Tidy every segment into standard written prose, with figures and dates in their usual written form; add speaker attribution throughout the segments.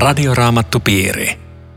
Speaker 1: Radioraamattupiiri.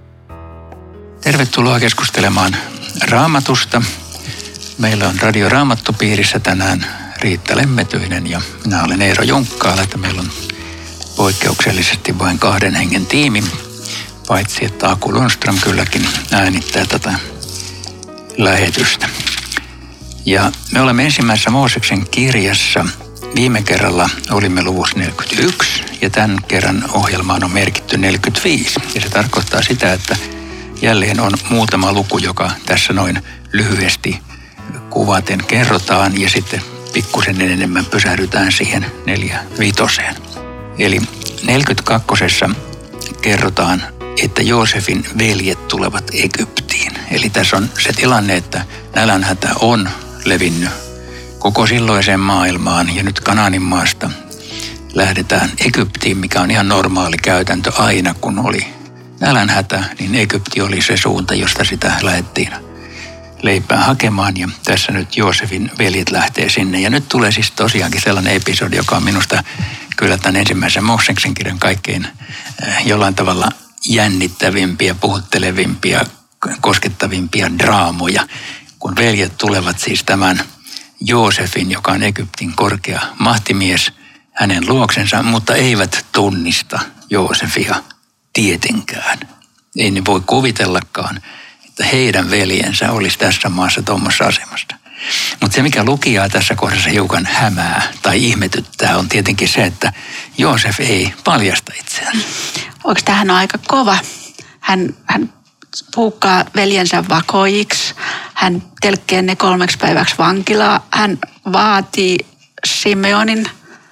Speaker 2: Tervetuloa keskustelemaan Raamatusta. Meillä on Radioraamattupiirissä tänään Riitta Lemmetyinen ja minä olen Eero Junkkaala, että meillä on poikkeuksellisesti vain 2 hengen tiimi, paitsi että Aku Lundström kylläkin äänittää tätä lähetystä. Ja me olemme ensimmäisessä Mooseksen kirjassa. Viime kerralla olimme luvussa 41 ja tämän kerran ohjelmaan on merkitty 45. Ja se tarkoittaa sitä, että jälleen on muutama luku, joka tässä noin lyhyesti kuvaten kerrotaan ja sitten pikkusen enemmän pysähdytään siihen 45. Eli 42. kerrotaan, että Joosefin veljet tulevat Egyptiin. Eli tässä on se tilanne, että nälänhätä on levinnyt koko silloiseen maailmaan ja nyt Kanaanin maasta lähdetään Egyptiin, mikä on ihan normaali käytäntö aina, kun oli nälänhätä, niin Egypti oli se suunta, josta sitä lähdettiin leipää hakemaan ja tässä nyt Joosefin veljet lähtee sinne. Ja nyt tulee siis tosiaankin sellainen episodi, joka on minusta kyllä tämän ensimmäisen Mooseksen kirjan kaikkein jollain tavalla jännittävimpiä, puhuttelevimpia, koskettavimpia draamoja, kun veljet tulevat siis tämän Joosefin, joka on Egyptin korkea mahtimies, hänen luoksensa, mutta eivät tunnista Joosefia tietenkään. Ei ne voi kuvitellakaan, että heidän veljensä olisi tässä maassa tuommoisessa asemassa. Mutta se, mikä lukijaa tässä kohdassa hiukan hämää tai ihmetyttää, on tietenkin se, että Joosef ei paljasta itseään.
Speaker 3: Onko tähän aika kova? Hän puukkaa veljensä vakoijiksi. Hän telkkee ne 3 päiväksi vankilaa. Hän vaatii Simeonin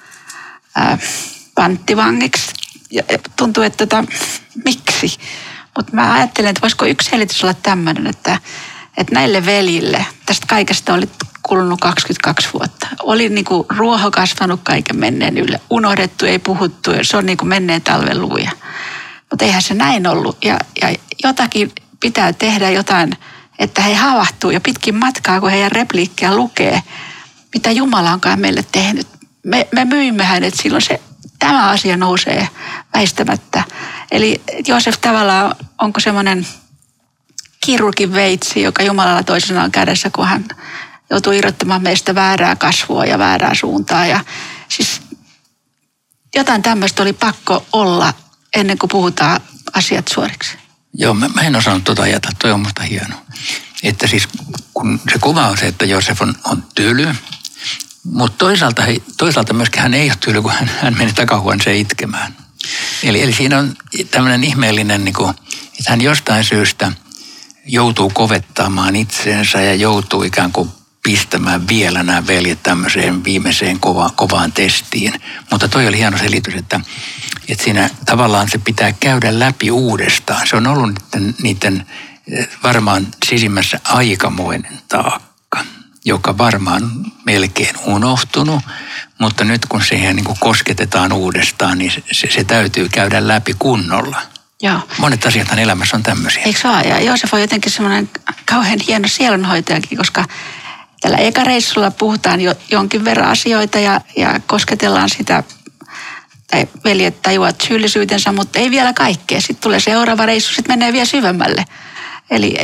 Speaker 3: panttivangiksi. Ja tuntuu, että miksi? Mutta mä ajattelen, että voisiko yksi selitys olla tämmöinen, että näille veljille tästä kaikesta oli kulunut 22 vuotta. Oli niinku ruoho kasvanut kaiken menneen ylle. Unohdettu, ei puhuttu. Se on niinku menneen talven luvuja. Mutta eihän se näin ollut. Ja jotakin pitää tehdä jotain, että he havahtuu jo pitkin matkaa, kun heidän repliikkiä lukee, mitä Jumala onkaan meille tehnyt. Me myimme hänet silloin, tämä asia nousee väistämättä. Eli Joosef tavallaan onko semmoinen kirurgin veitsi, joka Jumalalla toisenaan kädessä, kun hän joutuu irrottamaan meistä väärää kasvua ja väärää suuntaa. Ja siis jotain tämmöistä oli pakko olla ennen kuin puhutaan asiat suoriksi.
Speaker 2: Joo, mä en osannut ajatella. Toi on musta hienoa. Että siis kun se kuva on se, että Joosef on tyly, mutta toisaalta myöskin hän ei ole tyly, kun hän meni takahuoneeseen itkemään. Eli siinä on tämmöinen ihmeellinen, että hän jostain syystä joutuu kovettamaan itseensä ja joutuu ikään kuin pistämään vielä nämä veljet tämmöiseen viimeiseen kovaan testiin. Mutta toi oli hieno selitys, että siinä tavallaan se pitää käydä läpi uudestaan. Se on ollut niiden varmaan sisimmässä aikamoinen taakka, joka varmaan melkein unohtunut, mutta nyt kun siihen niin kuin kosketetaan uudestaan, niin se täytyy käydä läpi kunnolla.
Speaker 3: Joo.
Speaker 2: Monet asiathan elämässä on tämmöisiä.
Speaker 3: Eikö se ole? Ja Joosef on jotenkin semmoinen kauhean hieno sielunhoitajakin, koska tällä ekareissulla puhutaan jonkin verran asioita ja kosketellaan sitä, tai veljet tajuavat syyllisyytensä, mutta ei vielä kaikkea. Sitten tulee seuraava reissu, sitten menee vielä syvemmälle. Eli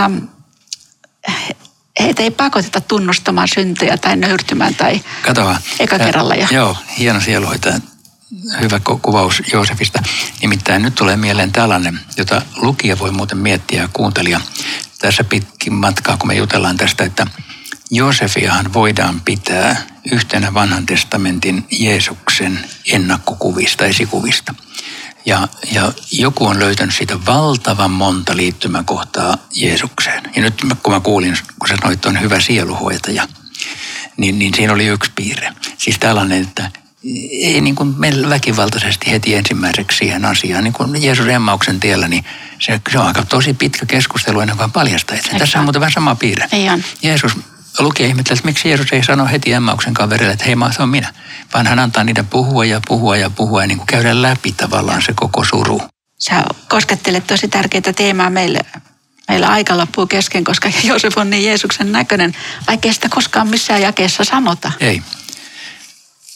Speaker 3: heitä ei pakoteta tunnustamaan syntejä tai nöyrtymään tai eka kerralla.
Speaker 2: Joo, hieno sielunhoitaja. Hyvä kuvaus Joosefista. Nimittäin nyt tulee mieleen tällainen, jota lukija voi muuten miettiä ja kuuntelija tässä pitkin matkaa, kun me jutellaan tästä, että Joosefiahan voidaan pitää yhtenä vanhan testamentin Jeesuksen ennakkokuvista, esikuvista. Ja joku on löytänyt siitä valtavan monta liittymäkohtaa Jeesukseen. Ja nyt kun mä kuulin, kun sä sanoit, on hyvä sieluhoitaja, niin siinä oli yksi piirre. Siis tällainen, että ei niin kuin mene väkivaltaisesti heti ensimmäiseksi siihen asiaan. Niin kuin Jeesus Emmauksen tiellä, niin se on aika tosi pitkä keskustelu ennen kuin paljastaa itse. Tässä on muuten vähän sama piirre. Jeesus lukija ihmettelee, että miksi Jeesus ei sano heti Emmauksen kaverille, että hei, se on minä. Vaan hän antaa niitä puhua ja niin kuin käydä läpi tavallaan se koko suru.
Speaker 3: Sä koskettelet tosi tärkeää teemaa meille. Meillä aika loppuu kesken, koska Joosef on niin Jeesuksen näköinen, vaikka ei sitä koskaan missään jakeessa sanota.
Speaker 2: Ei.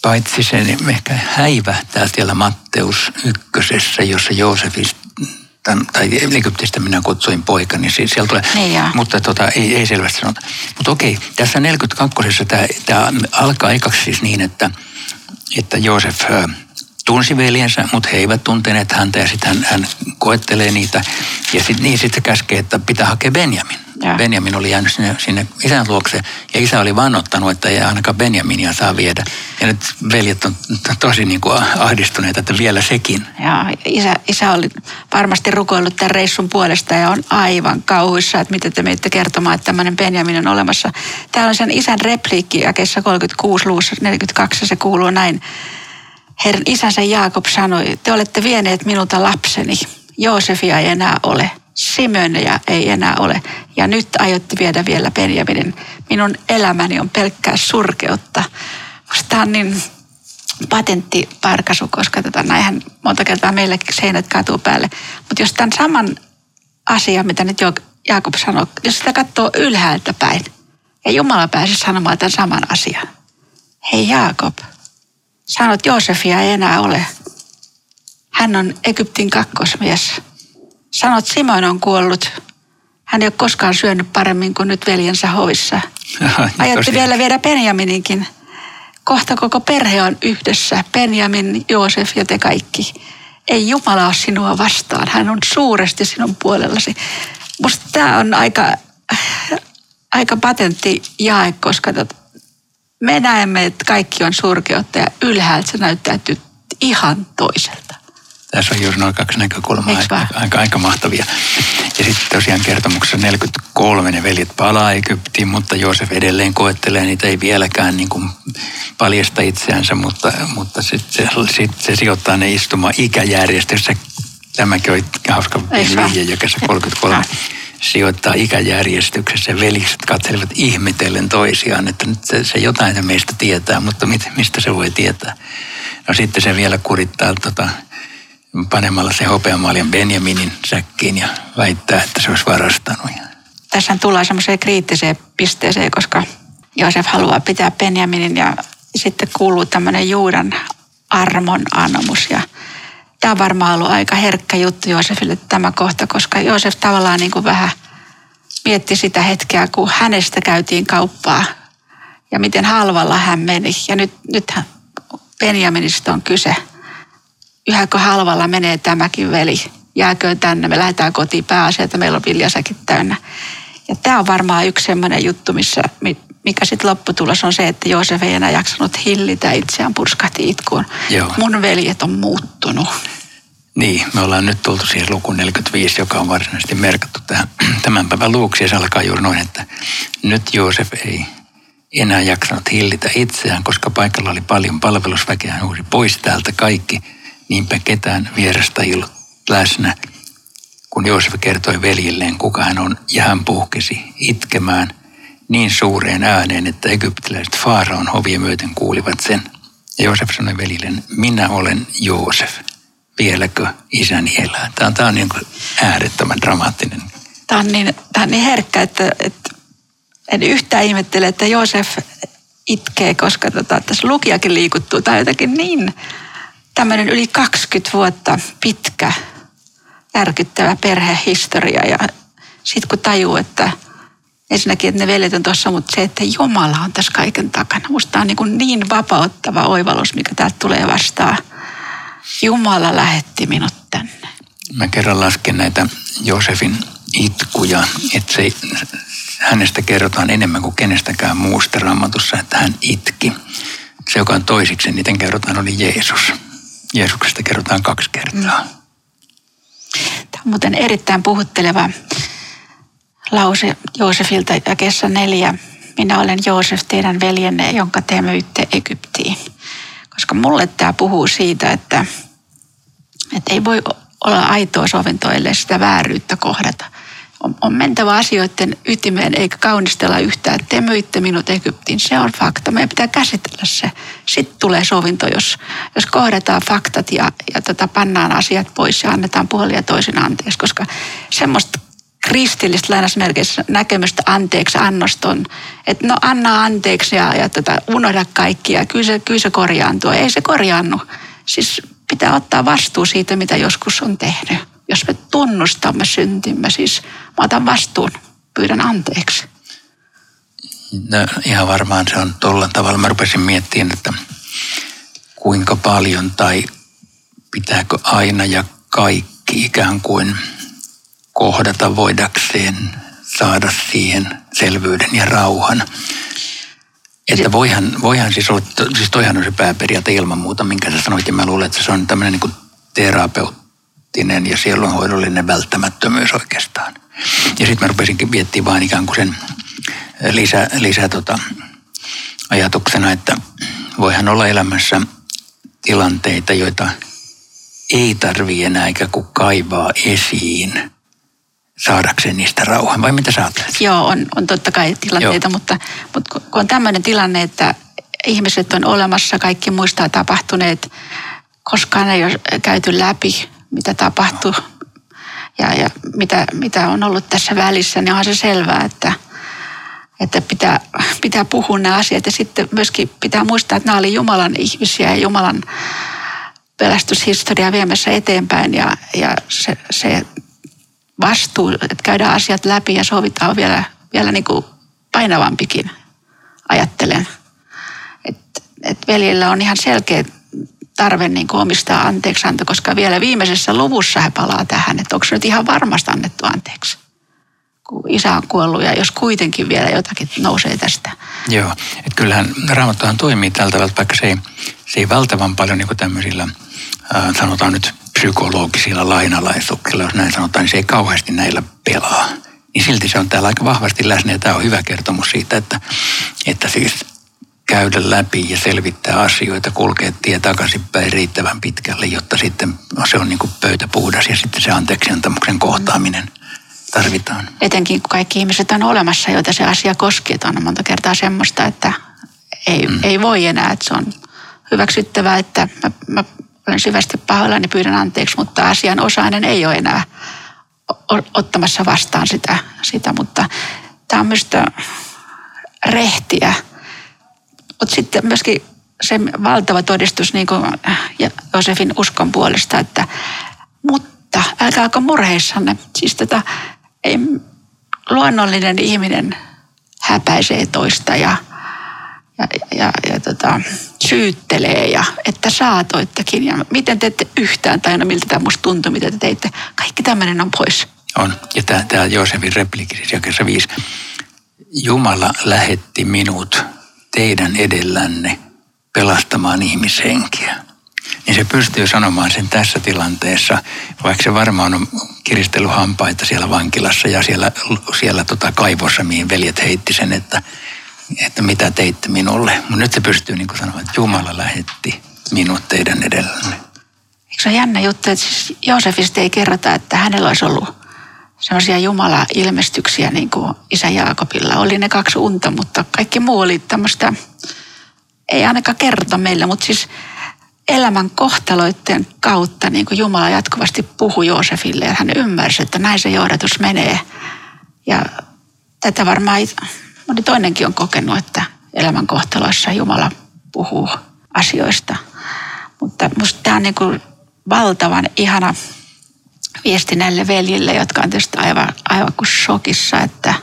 Speaker 2: Paitsi se ehkä häivähtää siellä Matteus 1, jossa Joosefista, tai Egyptistä minä kutsuin poikani, siis siellä tulee, mutta ei selvästi sanota. Mutta okei, tässä 42. tämä alkaa aikaksi siis niin, että Joosef tunsi veljensä, mutta he eivät tunteneet häntä ja sitten hän koettelee niitä. Ja sitten se käskee, että pitää hakea Benjamin. Ja. Benjamin oli jäänyt sinne isän luokse ja isä oli vannottanut, että ei ainakaan Benjaminia saa viedä. Ja nyt veljet on tosi niin kuin ahdistuneita, että vielä sekin.
Speaker 3: Ja isä oli varmasti rukoillut tämän reissun puolesta ja on aivan kauhuissa, että miten te meitte kertomaan, että tämmöinen Benjamin on olemassa. Täällä on sen isän repliikki jakeessa 36 luvussa 42 se kuuluu näin. Herran isänsä Jaakob sanoi, te olette vieneet minulta lapseni. Joosefia ei enää ole. Simeonia ei enää ole. Ja nyt aiotte viedä vielä Benjaminin. Minun elämäni on pelkkää surkeutta. Tämä on niin patenttiparkaisu, koska näinhän monta kertaa meilläkin seinät kaatuu päälle. Mutta jos tämän saman asian, mitä nyt Jaakob sanoi, jos sitä katsoo ylhäältä päin, ja Jumala pääsi sanomaan tämän saman asian. Hei Jaakob, sanot Joosefia ei enää ole. Hän on Egyptin kakkosmies. Sanot Simon on kuollut. Hän ei ole koskaan syönyt paremmin kuin nyt veljensä hovissa. Aiotte vielä viedä Benjamininkin. Kohta koko perhe on yhdessä. Benjamin, Joosef ja te kaikki. Ei Jumala ole sinua vastaan. Hän on suuresti sinun puolellasi. Musta tämä on aika patentti jae, koska me näemme, että kaikki on surkeutta ja ylhäältä se näyttäytyy ihan toiselta.
Speaker 2: Tässä on juuri noin kaksi näkökulmaa, aika mahtavia. Ja sitten tosiaan kertomuksessa 43 ne veljet palaa Egyptiin, mutta Joosef edelleen koettelee niitä, ei vieläkään niin kuin paljasta itseänsä, mutta sitten se sijoittaa ne istumaan ikäjärjestyksessä. Tämäkin oli hauska vihje, joka se 33 sijoittaa ikäjärjestyksessä. Velikset katselevat ihmetellen toisiaan, että nyt se jotain meistä tietää, mutta mistä se voi tietää? No sitten se vielä kurittaa panemalla se hopeamaljan Benjaminin säkkiin ja väittää, että se olisi varastanut.
Speaker 3: Tässä tullaan semmoiseen kriittiseen pisteeseen, koska Joosef haluaa pitää Benjaminin ja sitten kuuluu tämmöinen Juudan armon anomus. Ja tämä on varmaan ollut aika herkkä juttu Joosefille tämä kohta, koska Joosef tavallaan niin kuin vähän mietti sitä hetkeä, kun hänestä käytiin kauppaa ja miten halvalla hän meni. Ja nyt Benjaminista on kyse. Yhäkö halvalla menee tämäkin veli? Jääköön tänne, me lähdetään kotiin pääasiaan, että meillä on viljasäkit täynnä. Ja tämä on varmaan yksi semmoinen juttu, mikä sitten lopputulos on se, että Joosef ei enää jaksanut hillitä itseään, purskahti itkuun.
Speaker 2: Joo.
Speaker 3: Mun veljet on muuttunut.
Speaker 2: Niin, me ollaan nyt tultu siihen lukuun 45, joka on varsinaisesti merkattu tämän päivän luvuksi. Ja se alkaa juuri noin, että nyt Joosef ei enää jaksanut hillitä itseään, koska paikalla oli paljon palvelusväkeä. Hän huusi pois täältä kaikki. Niinpä ketään vierestä ei ollut läsnä, kun Joosef kertoi veljilleen, kuka hän on, ja hän puhkesi itkemään niin suureen ääneen, että egyptiläiset Faaraon hovia myöten kuulivat sen. Ja Joosef sanoi veljilleen, minä olen Joosef, vieläkö isäni elää? Tämä on niin kuin äärettömän dramaattinen.
Speaker 3: Tämä on niin herkkä, että en yhtään ihmettele, että Joosef itkee, koska tässä lukijakin liikuttuu. Tämä on jotenkin niin tämmöinen yli 20 vuotta pitkä, järkyttävä perhehistoria. Ja sitten kun tajuu, että ensinnäkin, että ne veljet on tuossa, mutta se, että Jumala on tässä kaiken takana. Musta on niin vapauttava oivallus, mikä täältä tulee vastaan. Jumala lähetti minut tänne.
Speaker 2: Mä kerran lasken näitä Joosefin itkuja, että hänestä kerrotaan enemmän kuin kenestäkään muusta Raamatussa, että hän itki. Se, joka on toisiksi, niiden kerrotaan, oli Jeesus. Jeesuksesta kerrotaan 2 kertaa.
Speaker 3: Tämä on muuten erittäin puhutteleva lause Joosefilta jakeessa 4. Minä olen Joosef, teidän veljenne, jonka te myitte Egyptiin. Koska mulle tämä puhuu siitä, että ei voi olla aitoa sovintoa, ellei sitä vääryyttä kohdata. On mentävä asioiden ytimeen eikä kaunistella yhtään, että te myitte minut Egyptiin. Se on fakta. Meidän pitää käsitellä se. Sitten tulee sovinto, jos kohdataan faktat ja pannaan asiat pois ja annetaan puolin ja toisin anteeksi. Koska semmoista kristillistä lainausmerkeissä näkemystä anteeksi annosta on, että no anna anteeksi ja unohda kaikki ja kyllä se korjaantuu. Ei se korjaannu. Siis pitää ottaa vastuu siitä, mitä joskus on tehnyt. Jos me tunnustamme syntimme, siis mä otan vastuun, pyydän anteeksi.
Speaker 2: No, ihan varmaan se on tolla tavalla. Mä rupesin miettimään, että kuinka paljon tai pitääkö aina ja kaikki ikään kuin kohdata voidakseen saada siihen selvyyden ja rauhan. Että voihan siis olla, siis toihan on se pääperiaate ilman muuta, minkä sä sanoit, ja mä luulen, että se on tämmöinen niin kuin terapeuttinen ja sielunhoidollinen välttämättömyys oikeastaan. Ja sitten mä rupesinkin miettimään vaan ikään kuin sen ajatuksena, että voihan olla elämässä tilanteita, joita ei tarvitse enää ikään kuin kaivaa esiin saadakseen niistä rauhan. Vai mitä sä ajattelet?
Speaker 3: Joo, on totta kai tilanteita, mutta kun on tämmöinen tilanne, että ihmiset on olemassa, kaikki muistaa tapahtuneet, koskaan ei ole käyty läpi, mitä tapahtui ja mitä on ollut tässä välissä, niin onhan se selvää, että pitää puhua nämä asiat. Ja sitten myöskin pitää muistaa, että nämä oli Jumalan ihmisiä ja Jumalan pelastushistoriaa viemässä eteenpäin ja se vastuu, että käydään asiat läpi ja sovitaan vielä niin kuin painavampikin, ajattelen. Että veljellä on ihan selkeä tarve niin kuin omistaa anteeksianto, koska vielä viimeisessä luvussa he palaa tähän, että onko se nyt ihan varmasti annettu anteeksi, kun isä on kuollut ja jos kuitenkin vielä jotakin nousee tästä.
Speaker 2: Joo, että kyllähän Raamattuhan toimii tältä välttämättä, vaikka se ei valtavan paljon niin kuin tämmöisillä, sanotaan nyt psykologisilla lainalaisuuksilla, jos näin sanotaan, niin se ei kauheasti näillä pelaa. Niin silti se on täällä aika vahvasti läsnä ja tämä on hyvä kertomus siitä, että siis käydä läpi ja selvittää asioita, kulkea tie takaisinpäin riittävän pitkälle, jotta sitten se on niin kuin pöytä puhdas ja sitten se anteeksiantamuksen kohtaaminen tarvitaan. Etenkin
Speaker 3: kun kaikki ihmiset on olemassa, joita se asia koskee, on monta kertaa semmoista, että ei voi enää, että se on hyväksyttävää, että mä olen syvästi pahoillani, pyydän anteeksi, mutta asianosainen ei ole enää ottamassa vastaan sitä, mutta tämä on myös rehtiä. Mutta sitten myöskin se valtava todistus niin kuin Joosefin uskon puolesta, että mutta älkää olko murheissanne. Siis luonnollinen ihminen häpäisee toista ja syyttelee ja että saatoittekin ja miten teette yhtään tai aina miltä tämä musta tuntui, mitä te teitte. Kaikki tämmöinen on pois.
Speaker 2: On. Ja tämä Joosefin repliikki siis jakeessa 5. Jumala lähetti minut teidän edellänne pelastamaan ihmishenkiä. Niin se pystyy sanomaan sen tässä tilanteessa, vaikka se varmaan on kiristellyt hampaita siellä vankilassa ja siellä kaivossa, mihin veljet heitti sen, että mitä teitte minulle. Mutta nyt se pystyy niin kuin sanomaan, että Jumala lähetti minut teidän edellänne.
Speaker 3: Eikö se ole jännä juttu, että siis Joosefista ei kerrota, että hänellä olisi ollut sellaisia Jumala-ilmestyksiä niin kuin isä Jaakobilla. Oli ne 2 unta, mutta kaikki muu oli tämmöistä, ei ainakaan kerrota meille, mutta siis elämän kohtaloiden kautta niin kuin Jumala jatkuvasti puhui Joosefille ja hän ymmärsi, että näin se johdatus menee. Ja tätä varmaan moni toinenkin on kokenut, että elämän kohtaloissa Jumala puhuu asioista. Mutta musta tämä on niin kuin valtavan ihana viesti näille veljille, jotka on tietysti aivan kuin shokissa, että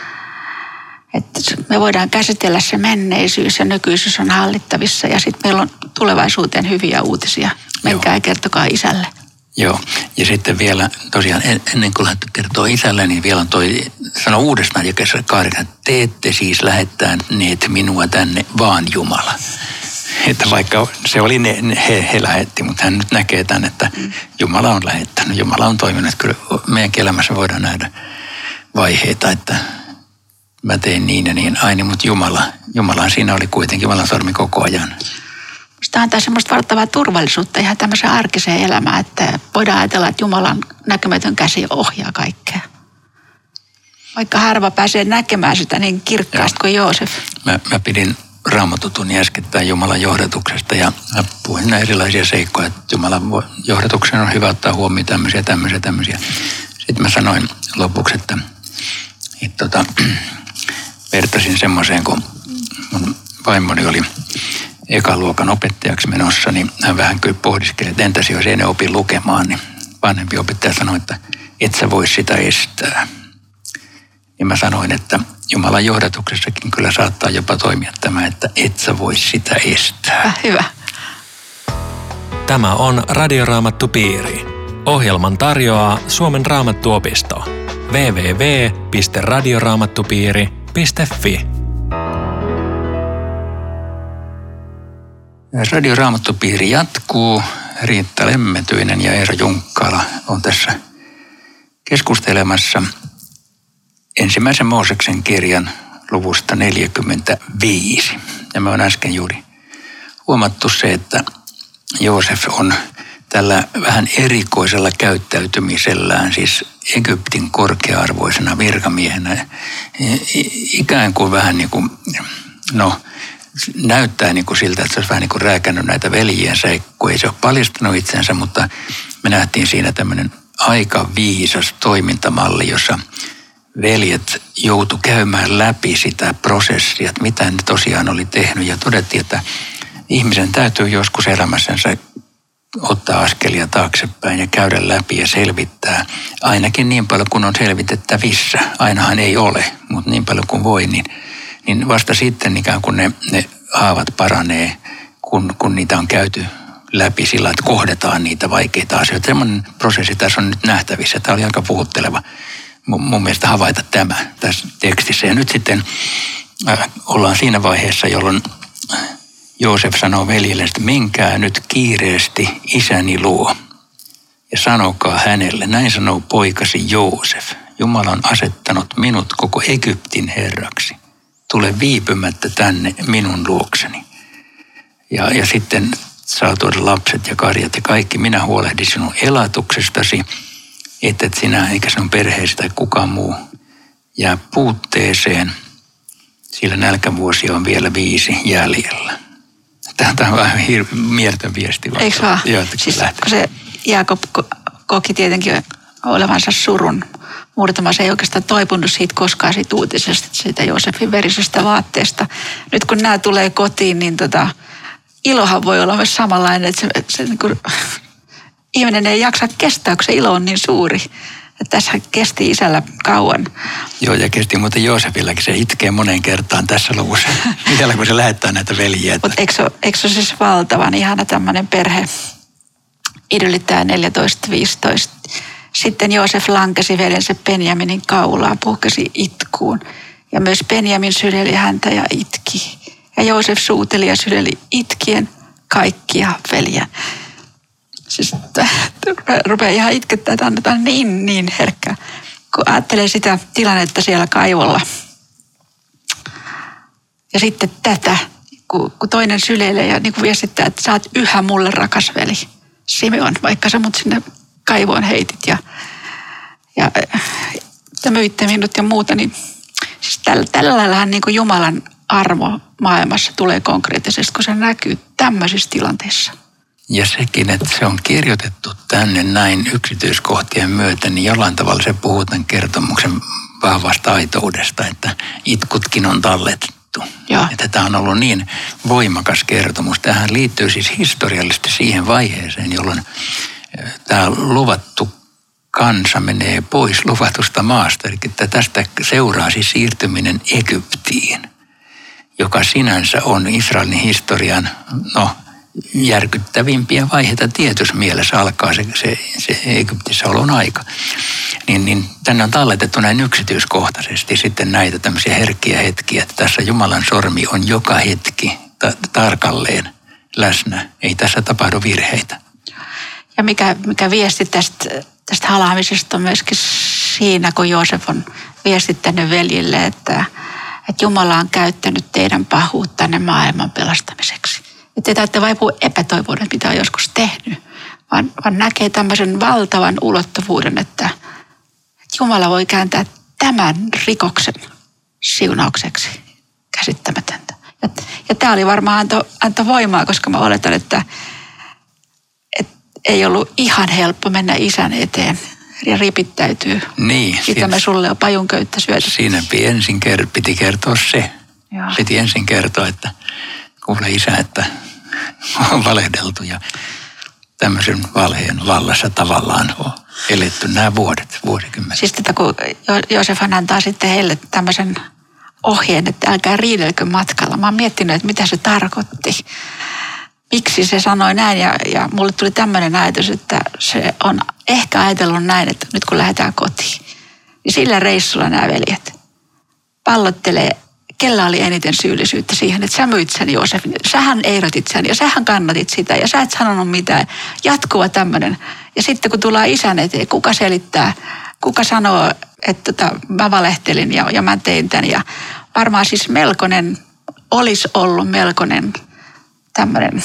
Speaker 3: me voidaan käsitellä se menneisyys ja nykyisyys on hallittavissa ja sitten meillä on tulevaisuuteen hyviä uutisia. Menkää ja kertokaa isälle.
Speaker 2: Joo, ja sitten vielä tosiaan ennen kuin lähdetty kertoo isälle, niin vielä on sano uudestaan jakeessa 8, että te ette siis lähettäneet minua tänne, vaan Jumala. Että vaikka se oli he lähetti, mutta hän nyt näkee tämän, että Jumala on lähettänyt, Jumala on toiminut. Kyllä meidänkin elämässä voidaan nähdä vaiheita, että mä tein niin ja niin aina, mutta Jumala siinä oli kuitenkin vallansormi koko ajan.
Speaker 3: Sitä antaa semmoista valtavaa turvallisuutta ihan tämmöiseen arkiseen elämään, että voidaan ajatella, että Jumalan näkymätön käsi ohjaa kaikkea. Vaikka harva pääsee näkemään sitä niin kirkkaasti kuin Joosef.
Speaker 2: Mä pidin Raamattutunnin äskettäin Jumalan johdatuksesta ja mä puhuin erilaisia seikkoja, että Jumalan johdatuksen on hyvä ottaa huomioon tämmöisiä. Sitten mä sanoin lopuksi, että vertasin semmoiseen, kun mun vaimoni oli ekaluokan opettajaksi menossa, niin hän vähän kyllä pohdiskeli, että entäs jos ei ne opi lukemaan, niin vanhempi opettaja sanoi, että et sä voi sitä estää. Niin mä sanoin, että Jumalan johdatuksessakin kyllä saattaa jopa toimia tämä, että et sä voi sitä estää.
Speaker 3: Hyvä.
Speaker 1: Tämä on Radioraamattupiiri. Ohjelman tarjoaa Suomen Raamattuopisto. www.radioraamattupiiri.fi.
Speaker 2: Radioraamattupiiri jatkuu. Riitta Lemmetyinen ja Eero Junkkaala on tässä keskustelemassa ensimmäisen Mooseksen kirjan luvusta 45. Ja me on äsken juuri huomattu se, että Joosef on tällä vähän erikoisella käyttäytymisellään, siis Egyptin korkea-arvoisena virkamiehenä, ikään kuin vähän niin kuin, näyttää niin kuin siltä, että se olisi vähän niin kuin rääkännyt näitä veljiensä, kun ei se ole paljastanut itsensä, mutta me nähtiin siinä tämmöinen aika viisas toimintamalli, jossa veljet joutu käymään läpi sitä prosessia, että mitä ne tosiaan oli tehnyt, ja todettiin, että ihmisen täytyy joskus elämässänsä ottaa askelia taaksepäin ja käydä läpi ja selvittää ainakin niin paljon kuin on selvitettävissä. Ainahan ei ole, mutta niin paljon kuin voi, niin vasta sitten ikään kuin ne haavat paranee, kun niitä on käyty läpi sillä, että kohdataan niitä vaikeita asioita. Sellainen prosessi tässä on nyt nähtävissä. Tämä oli aika puhutteleva mun mielestä havaita tämä tässä tekstissä. Ja nyt sitten ollaan siinä vaiheessa, jolloin Joosef sanoo veljille, että menkää nyt kiireesti isäni luo ja sanokaa hänelle, näin sanoo poikasi Joosef. Jumala on asettanut minut koko Egyptin herraksi. Tule viipymättä tänne minun luokseni. Ja sitten saa tuoda lapset ja karjat ja kaikki. Minä huolehdin sinun elatuksestasi, että et sinä eikä sinun perheesi tai kukaan muu jää puutteeseen, sillä nälkävuosia on vielä 5 jäljellä. Tämä on vähän mieletön viesti.
Speaker 3: Eikö vaan?
Speaker 2: Joo,
Speaker 3: siis, kun se Jaakob koki tietenkin olevansa surun murtama, se ei oikeastaan toipunut siitä koskaan siitä uutisesta, siitä Joosefin verisestä vaatteesta. Nyt kun nämä tulee kotiin, niin ilohan voi olla myös samanlainen, että se niin kuin, ihminen ei jaksa kestää, kun se ilo on niin suuri. Että tässä kesti isällä kauan.
Speaker 2: Joo, ja kesti muuten Joosefillakin. Se itkee moneen kertaan tässä luvussa, vielä kun se lähettää näitä veljiä.
Speaker 3: Mutta eikö se siis valtavan ihana tämmöinen perhe? Idyllittää 14-15. Sitten Joosef lankesi veljensä Benjaminin kaulaan, puhkesi itkuun. Ja myös Benjamin syleli häntä ja itki. Ja Joosef suuteli ja syleli itkien kaikkia veljen. Siis rupeaa ihan itkettää, että annetaan niin herkkää, kun ajattelee sitä tilannetta siellä kaivolla. Ja sitten tätä, kun toinen syleilee ja niin kuin viestittää, että sä oot yhä mulle rakas veli, Simeon, vaikka sä mut sinne kaivoon heitit ja myitte minut ja muuta, niin siis tällä laillahan niin kuin Jumalan armo maailmassa tulee konkreettisesti, kun se näkyy tämmöisissä tilanteissa.
Speaker 2: Ja sekin, että se on kirjoitettu tänne näin yksityiskohtien myötä, niin jollain tavalla se puhuu tämän kertomuksen vahvasta aitoudesta, että itkutkin on talletettu.
Speaker 3: Joo.
Speaker 2: Että tämä on ollut niin voimakas kertomus. Tämähän liittyy siis historiallisesti siihen vaiheeseen, jolloin tämä luvattu kansa menee pois luvatusta maasta. Eli tästä seuraa siis siirtyminen Egyptiin, joka sinänsä on Israelin historian, järkyttävimpiä vaiheita tietyssä mielessä alkaa se Egyptissä olon aika. Niin tänne on talletettu näin yksityiskohtaisesti sitten näitä tämmöisiä herkkiä hetkiä, että tässä Jumalan sormi on joka hetki tarkalleen läsnä. Ei tässä tapahdu virheitä.
Speaker 3: Ja mikä viesti tästä halaamisesta on myöskin siinä, kun Joosef on viestittänyt veljille, että Jumala on käyttänyt teidän pahuuttanne maailman pelastamiseksi. Että te täytte vaipua epätoivuuden, mitä on joskus tehnyt, vaan näkee tämmöisen valtavan ulottuvuuden, että Jumala voi kääntää tämän rikoksen siunaukseksi. Käsittämätöntä. Ja tämä oli varmaan anto voimaa, koska mä oletan, että ei ollut ihan helppo mennä isän eteen ja ripittäytyy.
Speaker 2: Niin.
Speaker 3: Sitä me sulle on pajunköyttä syöty.
Speaker 2: Siinä piti kertoa se.
Speaker 3: Joo.
Speaker 2: Piti ensin kertoa, että kuule isä, että on valehdeltu ja tämmöisen valheen vallassa tavallaan on eletty nämä vuosikymmenet.
Speaker 3: Siis kun Joosefhan antaa sitten heille tämmöisen ohjeen, että älkää riidelkö matkalla. Mä oon miettinyt, että mitä se tarkoitti. Miksi se sanoi näin ja mulle tuli tämmöinen ajatus, että se on ehkä ajatellut näin, että nyt kun lähdetään kotiin, niin sillä reissulla nämä veljet pallottelee, kellä oli eniten syyllisyyttä siihen, että sä myit sen Joosefin. Sähän ehdotit sen ja sähän kannatit sitä ja sä et sanonut mitään. Jatkuva tämmöinen. Ja sitten kun tullaan isän eteen, kuka selittää, kuka sanoo, että mä valehtelin ja mä tein tämän. Ja varmaan siis olisi ollut melkoinen tämmöinen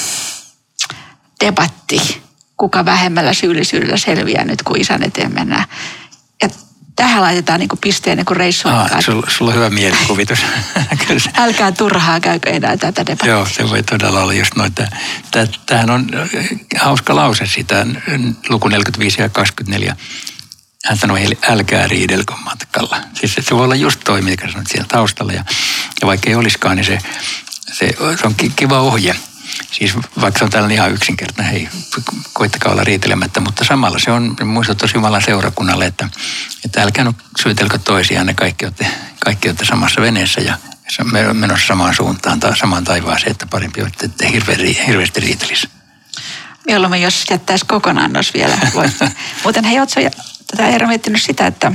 Speaker 3: debatti, kuka vähemmällä syyllisyydellä selviää nyt, kun isän eteen mennään. Ja tähän laitetaan niin pisteen niin reissuun.
Speaker 2: Sulla on hyvä mielikuvitus.
Speaker 3: Älkää turhaa käykö enää tätä debattia.
Speaker 2: Joo, se voi todella olla just noin. Tämähän on hauska lause sitä, luku 45 ja 24. Hän sanoi heille, älkää riidelkö matkalla. Siis se voi olla just toi, mikä sanoit siellä taustalla. Ja vaikka ei olisikaan, niin se on kiva ohje. Siis vaikka se on tällainen ihan yksinkertainen, hei, koittakaa olla riitelemättä, mutta samalla se on muistutus Jumalan seurakunnalle, että älkää nyt syytelkö toisiaan, ne kaikki olette samassa veneessä ja menossa samaan suuntaan tai samaan taivaaseen, että parempi olette, että hirveästi riitelisi.
Speaker 3: Mieluummin, jos jättäisi kokonaan, jos vielä voi. Muuten hei, ootko tätä Eero miettinyt sitä, että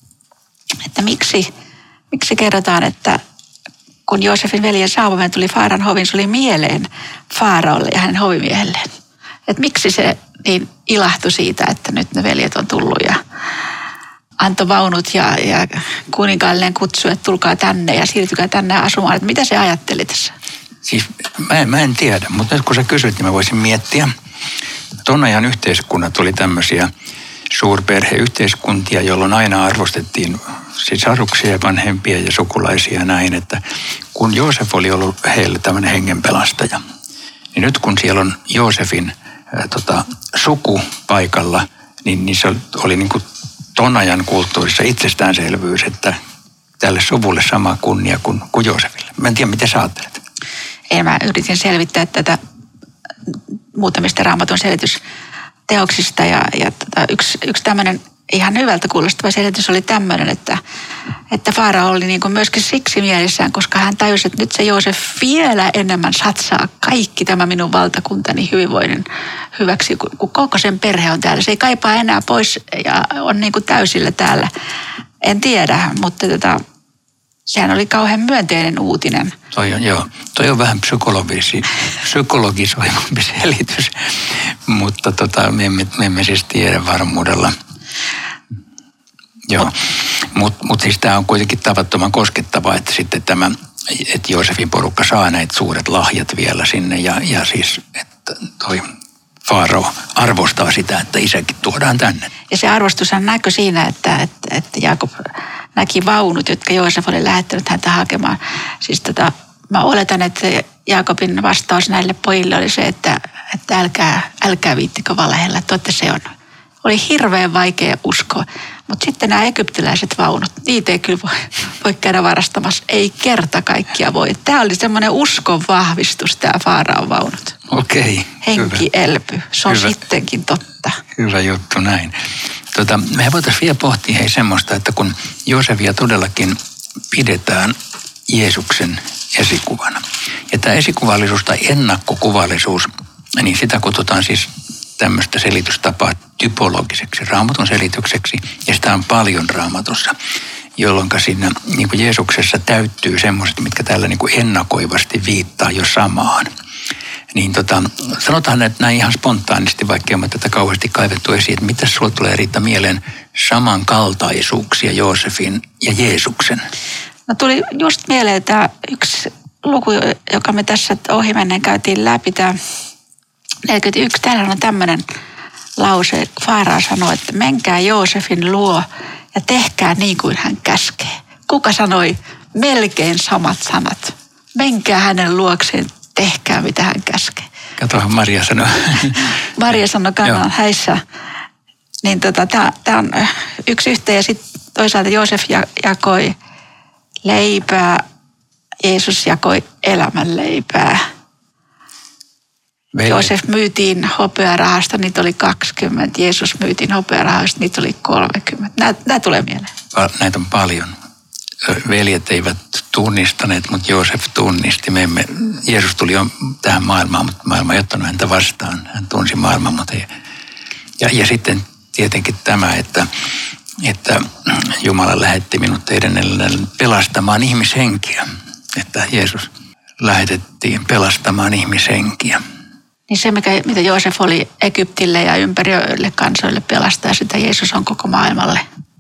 Speaker 3: miksi kerrotaan, että kun Joosefin veljen saapuminen tuli Faaran hovin, se oli mieleen Faaraolle ja hänen hovimiehelleen. Että miksi se niin ilahtui siitä, että nyt ne veljet on tullut ja antoi vaunut ja kuninkaallinen kutsu, että tulkaa tänne ja siirtykää tänne asumaan. Että mitä se ajatteli tässä?
Speaker 2: Siis mä en tiedä, mutta nyt kun sä kysyt, niin mä voisin miettiä. Tuon ajan yhteiskunnat oli tämmöisiä suurperheyhteiskuntia, jolloin aina arvostettiin sisaruksia ja vanhempia ja sukulaisia ja näin, että kun Joosef oli ollut heille tämmöinen hengenpelastaja, niin nyt kun siellä on Joosefin suku paikalla, niin se oli niin kuin ton ajan kulttuurissa itsestäänselvyys, että tälle suvulle sama kunnia kuin Joosefille. Mä en tiedä, mitä sä ajattelet.
Speaker 3: Mä yritin selvittää tätä muutamista Raamatun selitysteoksista ja yksi tämmöinen ihan hyvältä kuulostava selitys oli tämmöinen, että Faarao oli niin kuin myöskin siksi mielissään, koska hän tajusi, että nyt se Joosef vielä enemmän satsaa kaikki tämä minun valtakuntani hyvinvoinnin hyväksi, kun koko sen perhe on täällä. Se ei kaipaa enää pois ja on niin kuin täysillä täällä. En tiedä, mutta sehän oli kauhean myönteinen uutinen.
Speaker 2: Toi on vähän psykologisoivampi selitys, mutta me emme siis tiedä varmuudella. Joo, mutta siis tämä on kuitenkin tavattoman koskettavaa, että sitten että Joosefin porukka saa näitä suuret lahjat vielä sinne ja siis, että toi Faarao arvostaa sitä, että isäkin tuodaan tänne.
Speaker 3: Ja se arvostushan näkyi siinä, että Jaakob näki vaunut, jotka Joosef oli lähettänyt häntä hakemaan. Siis mä oletan, että Jaakobin vastaus näille pojille oli se, että älkää viittikö valheella, että se on. Oli hirveän vaikea uskoa. Mutta sitten nämä egyptiläiset vaunut, niitä ei kyllä voi käydä varastamassa. Ei kerta kaikkia voi. Tämä oli semmoinen uskon vahvistus, tämä Faaraon vaunut.
Speaker 2: Okei.
Speaker 3: Henki elpy. Se on sittenkin totta.
Speaker 2: Hyvä juttu näin. Me voitaisiin vielä pohtia semmoista, että kun Joosefia todellakin pidetään Jeesuksen esikuvana. Ja tämä esikuvallisuus tai ennakkokuvallisuus, niin sitä kutsutaan siis tämmöistä selitystapaa typologiseksi, Raamatun selitykseksi, ja sitä on paljon Raamatussa, jolloin siinä niin kuin Jeesuksessa täyttyy semmoiset, mitkä täällä niin kuin ennakoivasti viittaa jo samaan. Niin sanotaan, että näin ihan spontaanisti, vaikka emme tätä kauheasti kaivettu esiin, että mitä sulle tulee Riitta mieleen samankaltaisuuksia Joosefin ja Jeesuksen?
Speaker 3: No tuli just mieleen tämä yksi luku, joka me tässä ohimennen käytiin läpi, tämä 41. Täällä on tämmöinen lause. Faarao sanoi, että menkää Joosefin luo ja tehkää niin kuin hän käskee. Kuka sanoi melkein samat sanat? Menkää hänen luokseen, tehkää mitä hän käskee.
Speaker 2: Katohan Maria sanoi.
Speaker 3: Maria sanoi Kanaan häissä. Niin tämä on yksi yhteen ja sitten toisaalta Joosef jakoi leipää, Jeesus jakoi elämänleipää. Joosef myytiin hopearahasta, niitä oli 20. Jeesus myytiin hopearahasta, niitä oli 30. Nämä tulee mieleen.
Speaker 2: Näitä on paljon. Veljet eivät tunnistaneet, mutta Joosef tunnisti. Jeesus tuli jo tähän maailmaan, mutta maailma ei ottanut häntä vastaan. Hän tunsi maailman, mutta ei. Ja sitten tietenkin tämä, että Jumala lähetti minut teidän pelastamaan ihmishenkiä. Että Jeesus lähetettiin pelastamaan ihmishenkiä.
Speaker 3: Niin se, mitä Joosef oli Egyptille ja ympäröille kansoille pelastaa, sitä Jeesus on koko maailmalle.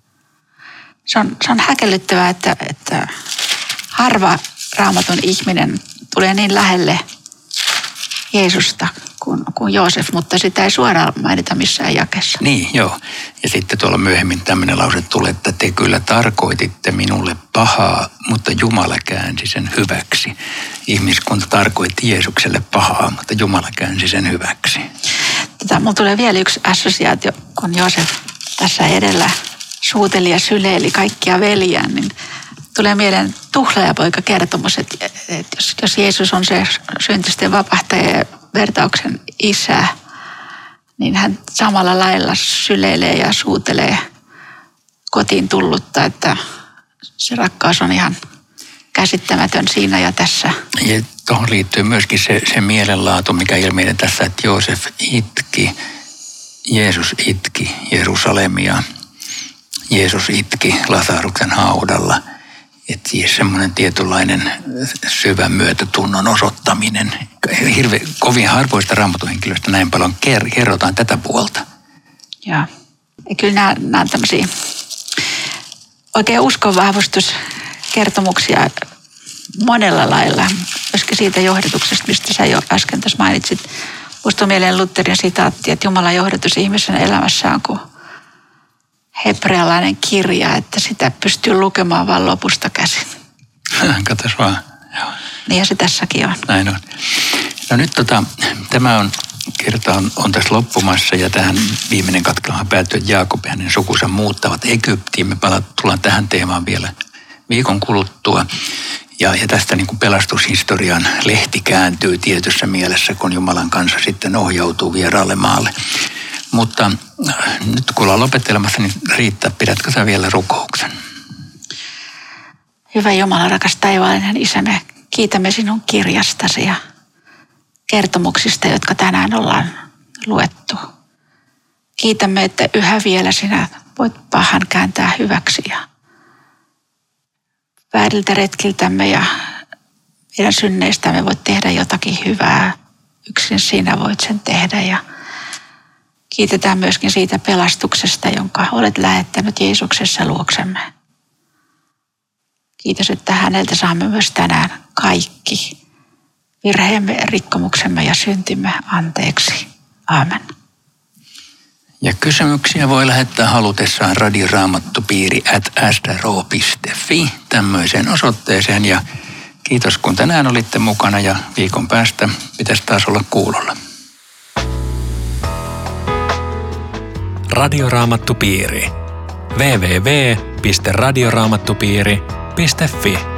Speaker 3: Se on häkellyttävää, että harva Raamatun ihminen tulee niin lähelle Jeesusta kuin Joosef, mutta sitä ei suoraan mainita missään jakeessa.
Speaker 2: Niin, joo. Ja sitten tuolla myöhemmin tämmöinen lause tulee, että te kyllä tarkoititte minulle pahaa, mutta Jumala käänsi sen hyväksi. Ihmiskunta tarkoitti Jeesukselle pahaa, mutta Jumala käänsi sen hyväksi.
Speaker 3: Mulla tulee vielä yksi assosiaatio, kun Joosef tässä edellä suuteli ja syleili kaikkia veljään, niin tulee mieleen tuhlaajapoika-kertomus, että jos Jeesus on se syntisten vapahtaja ja vertauksen isä, niin hän samalla lailla syleilee ja suutelee kotiin tullutta, että se rakkaus on ihan käsittämätön siinä ja tässä.
Speaker 2: Ja tuohon liittyy myöskin se mielenlaatu, mikä ilmenee tässä, että Joosef itki, Jeesus itki Jerusalemia, Jeesus itki Lasaruksen haudalla. Että siis semmoinen tietynlainen syvä myötätunnon osoittaminen. Kovin harvoista Raamattuhenkilöistä näin paljon kerrotaan tätä puolta.
Speaker 3: Joo. Ja kyllä nämä on tämmöisiä oikein uskonvahvistuskertomuksia monella lailla. Myöskin siitä johdatuksesta, mistä sä jo äsken tässä mainitsit. Musta on mieleen Lutherin sitaatti, että Jumalan johdatus ihmisen elämässä on kuin hebrealainen kirja, että sitä pystyy lukemaan vain lopusta käsin.
Speaker 2: Katos vaan. Joo.
Speaker 3: Niin ja se tässäkin on.
Speaker 2: Näin on. No nyt tämä kerta on tässä loppumassa ja tähän viimeinen katkelmahan päättyy, että Jaakob ja hänen sukunsa muuttavat Egyptiin. Me tullaan tähän teemaan vielä viikon kuluttua. Ja tästä niin kuin pelastushistorian lehti kääntyy tietyssä mielessä, kun Jumalan kanssa sitten ohjautuu vieraalle maalle. Mutta nyt kun ollaan lopettelemassa, niin Riitta, pidätkö sä vielä rukouksen?
Speaker 3: Hyvä Jumala, rakas taivaallinen Isä, me kiitämme sinun kirjastasi ja kertomuksista, jotka tänään ollaan luettu. Kiitämme, että yhä vielä sinä voit pahan kääntää hyväksi ja vääriltä retkiltämme ja meidän synneistämme voit tehdä jotakin hyvää. Yksin sinä voit sen tehdä ja kiitetään myöskin siitä pelastuksesta, jonka olet lähettänyt Jeesuksessa luoksemme. Kiitos, että häneltä saamme myös tänään kaikki virheemme, rikkomuksemme ja syntimme anteeksi. Aamen.
Speaker 2: Ja kysymyksiä voi lähettää halutessaan radioraamattupiiri@sro.fi tämmöiseen osoitteeseen. Ja kiitos kun tänään olitte mukana ja viikon päästä pitäisi taas olla kuulolla.
Speaker 1: Radioraamattupiiri. www.radioraamattupiiri.fi